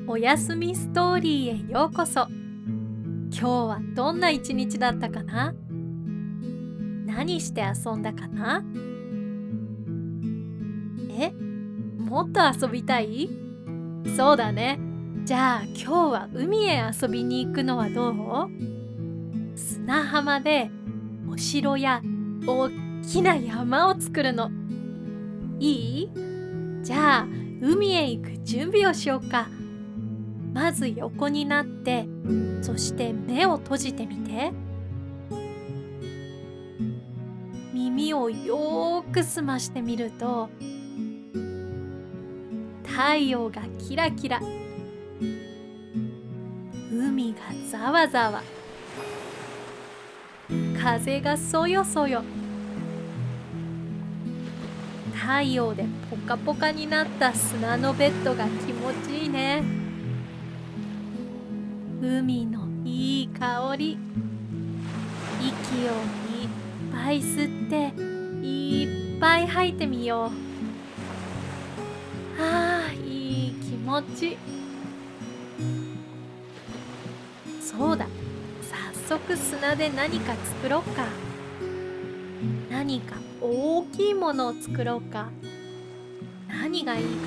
おやすみストーリーへようこそ。今日はどんな一日だったかな？何して遊んだかな？もっと遊びたい？そうだね。じゃあ今日は海へ遊びに行くのはどう？砂浜でお城や大きな山を作るの。いい？じゃあ海へ行く準備をしようか。まず横になって、そして目を閉じてみて。耳をよーく澄ましてみると、太陽がキラキラ、海がざわざわ、風がそよそよ。太陽でポカポカになった砂のベッドが気持ちいいね。海のいい香り。息をいっぱい吸っていっぱい吐いてみよう。いい気持ち。そうだ、早速砂で何か作ろうか。何か大きいものを作ろうか。何がいいか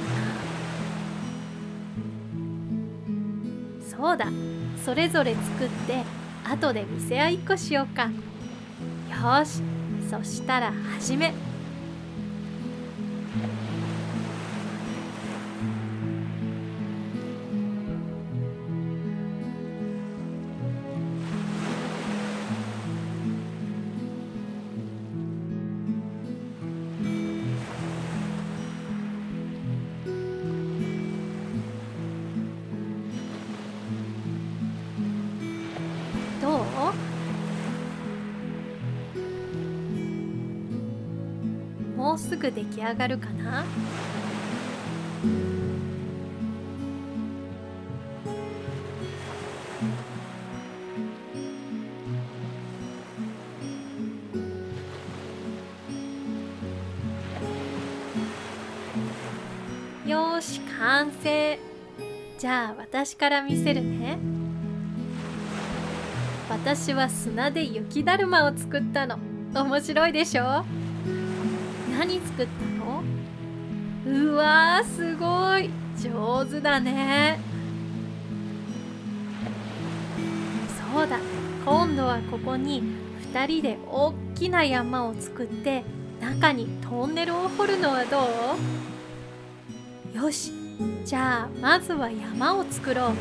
な。そうだ、それぞれ作って後で見せ合いっこしようか。よし、そしたら始め。どう？もうすぐ出来上がるかな？よーし、完成。じゃあ私から見せるね。私は砂で雪だるまを作ったの。面白いでしょ？何作ったの？うわー、すごい上手だね。そうだ、今度はここに2人で大きな山を作って中にトンネルを掘るのはどう？よし、じゃあまずは山を作ろう。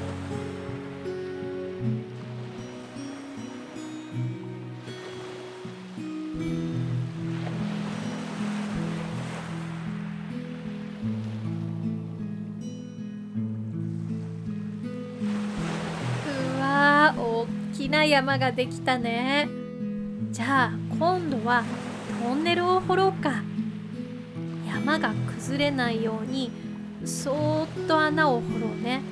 うわー、大きな山ができたね。じゃあ今度はトンネルを掘ろうか。山が崩れないようにそーっと穴を掘ろうね。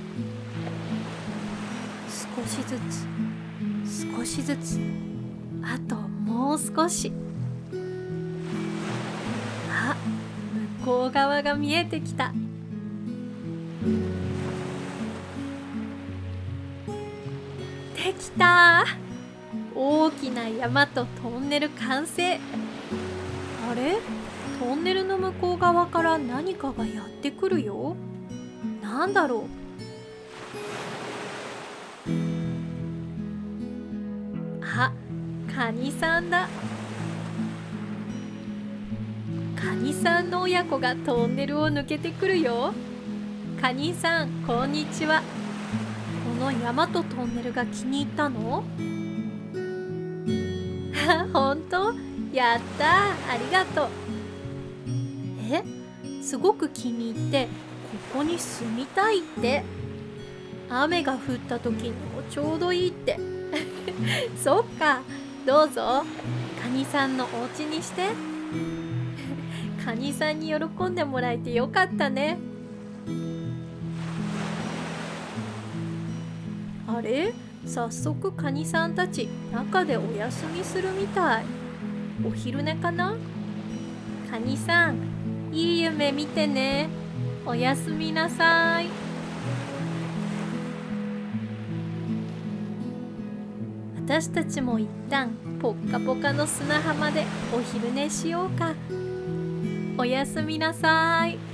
少しずつ少しずつ、あともう少し。向こう側が見えてきた。できた。大きな山とトンネル完成。あれ？トンネルの向こう側から何かがやってくるよ。なんだろう？カニさんだ。カニさんの親子がトンネルを抜けてくるよ。カニさん、こんにちは。この山とトンネルが気に入ったの？本当？やったー、ありがとう。すごく気に入ってここに住みたいって。雨が降った時にもちょうどいいって。そっか、どうぞカニさんのお家にして。カニさんに喜んでもらえてよかったね。あれ？早速カニさんたち中でお休みするみたい。お昼寝かな？カニさん、いい夢見てね。おやすみなさい。 私たちも一旦ポッカポカの砂浜でお昼寝しようか。おやすみなさい。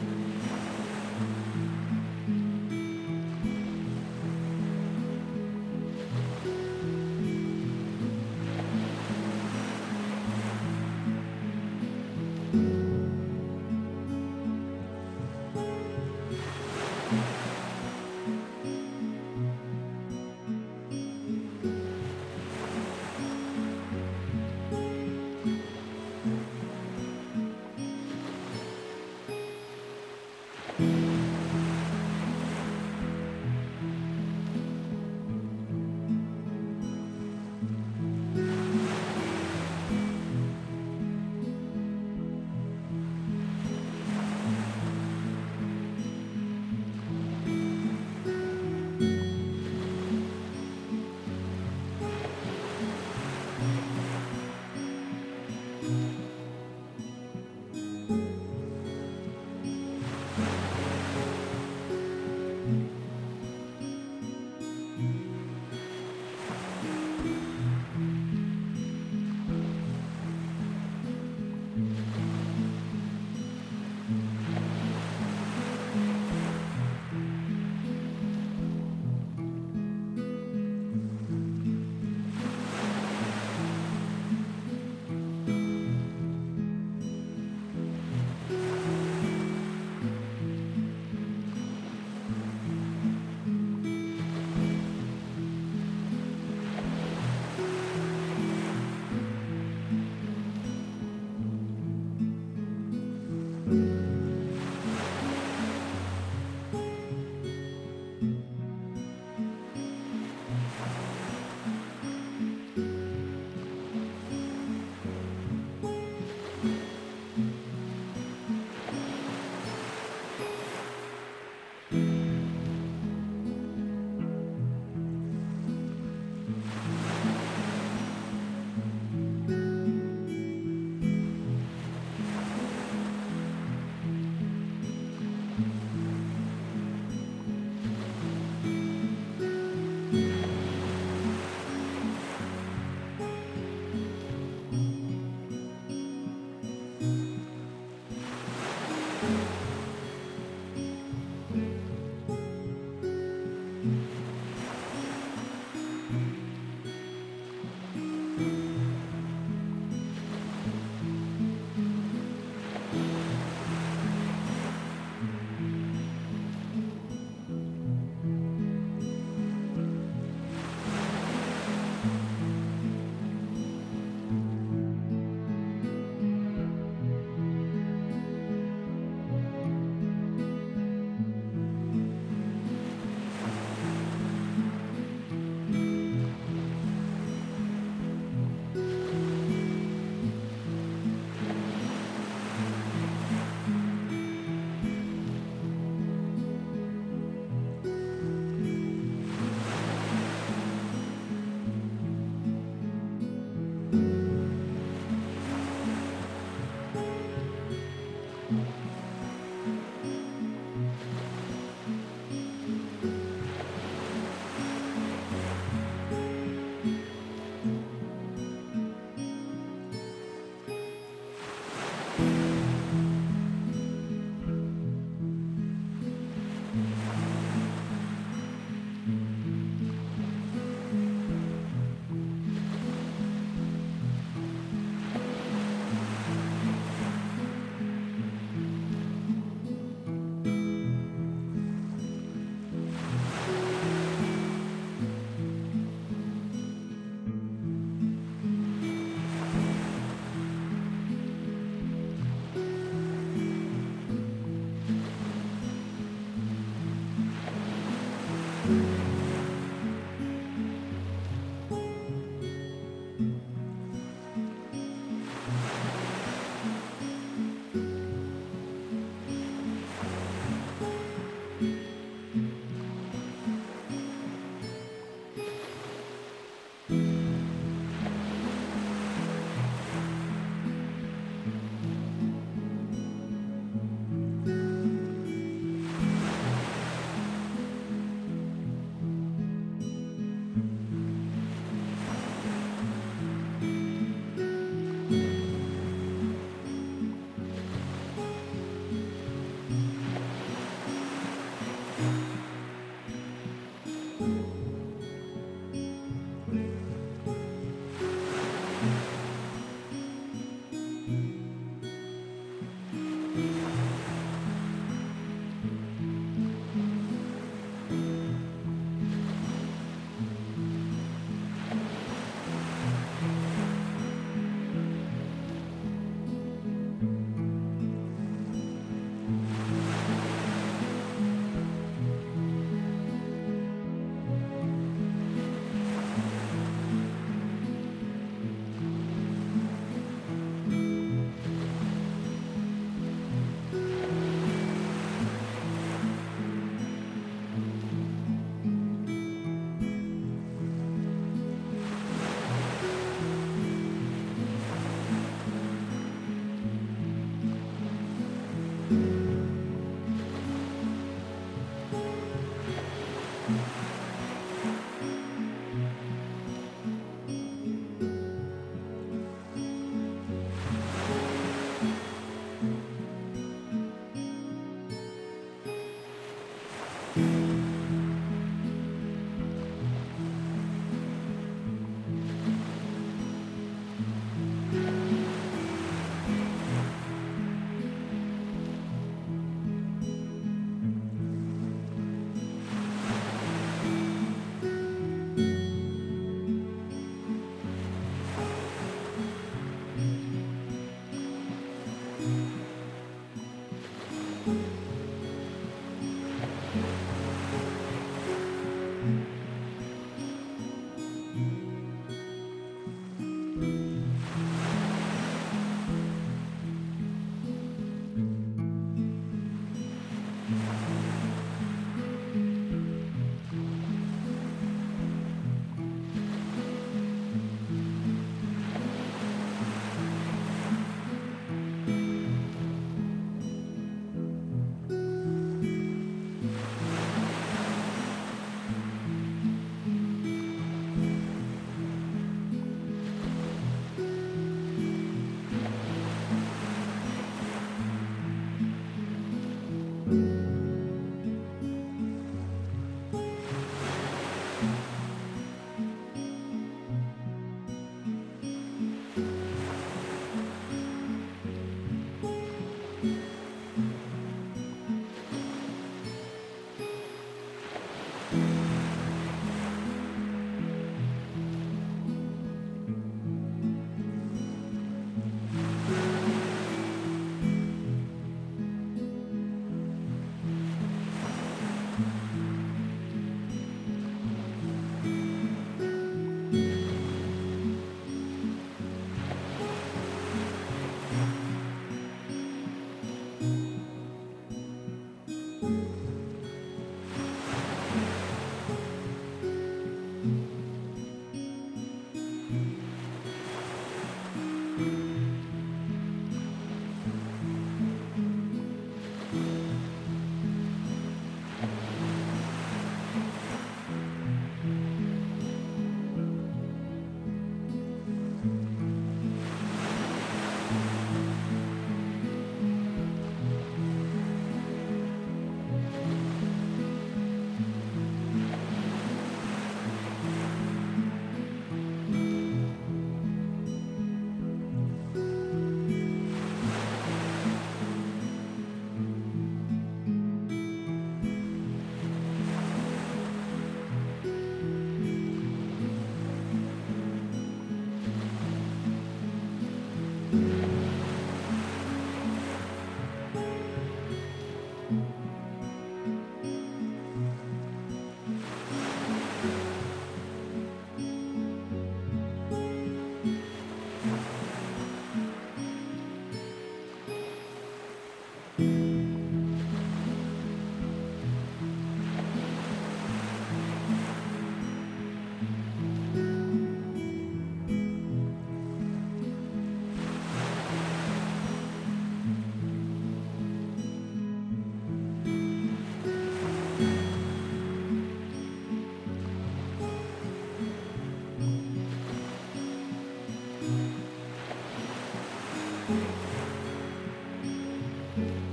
うん。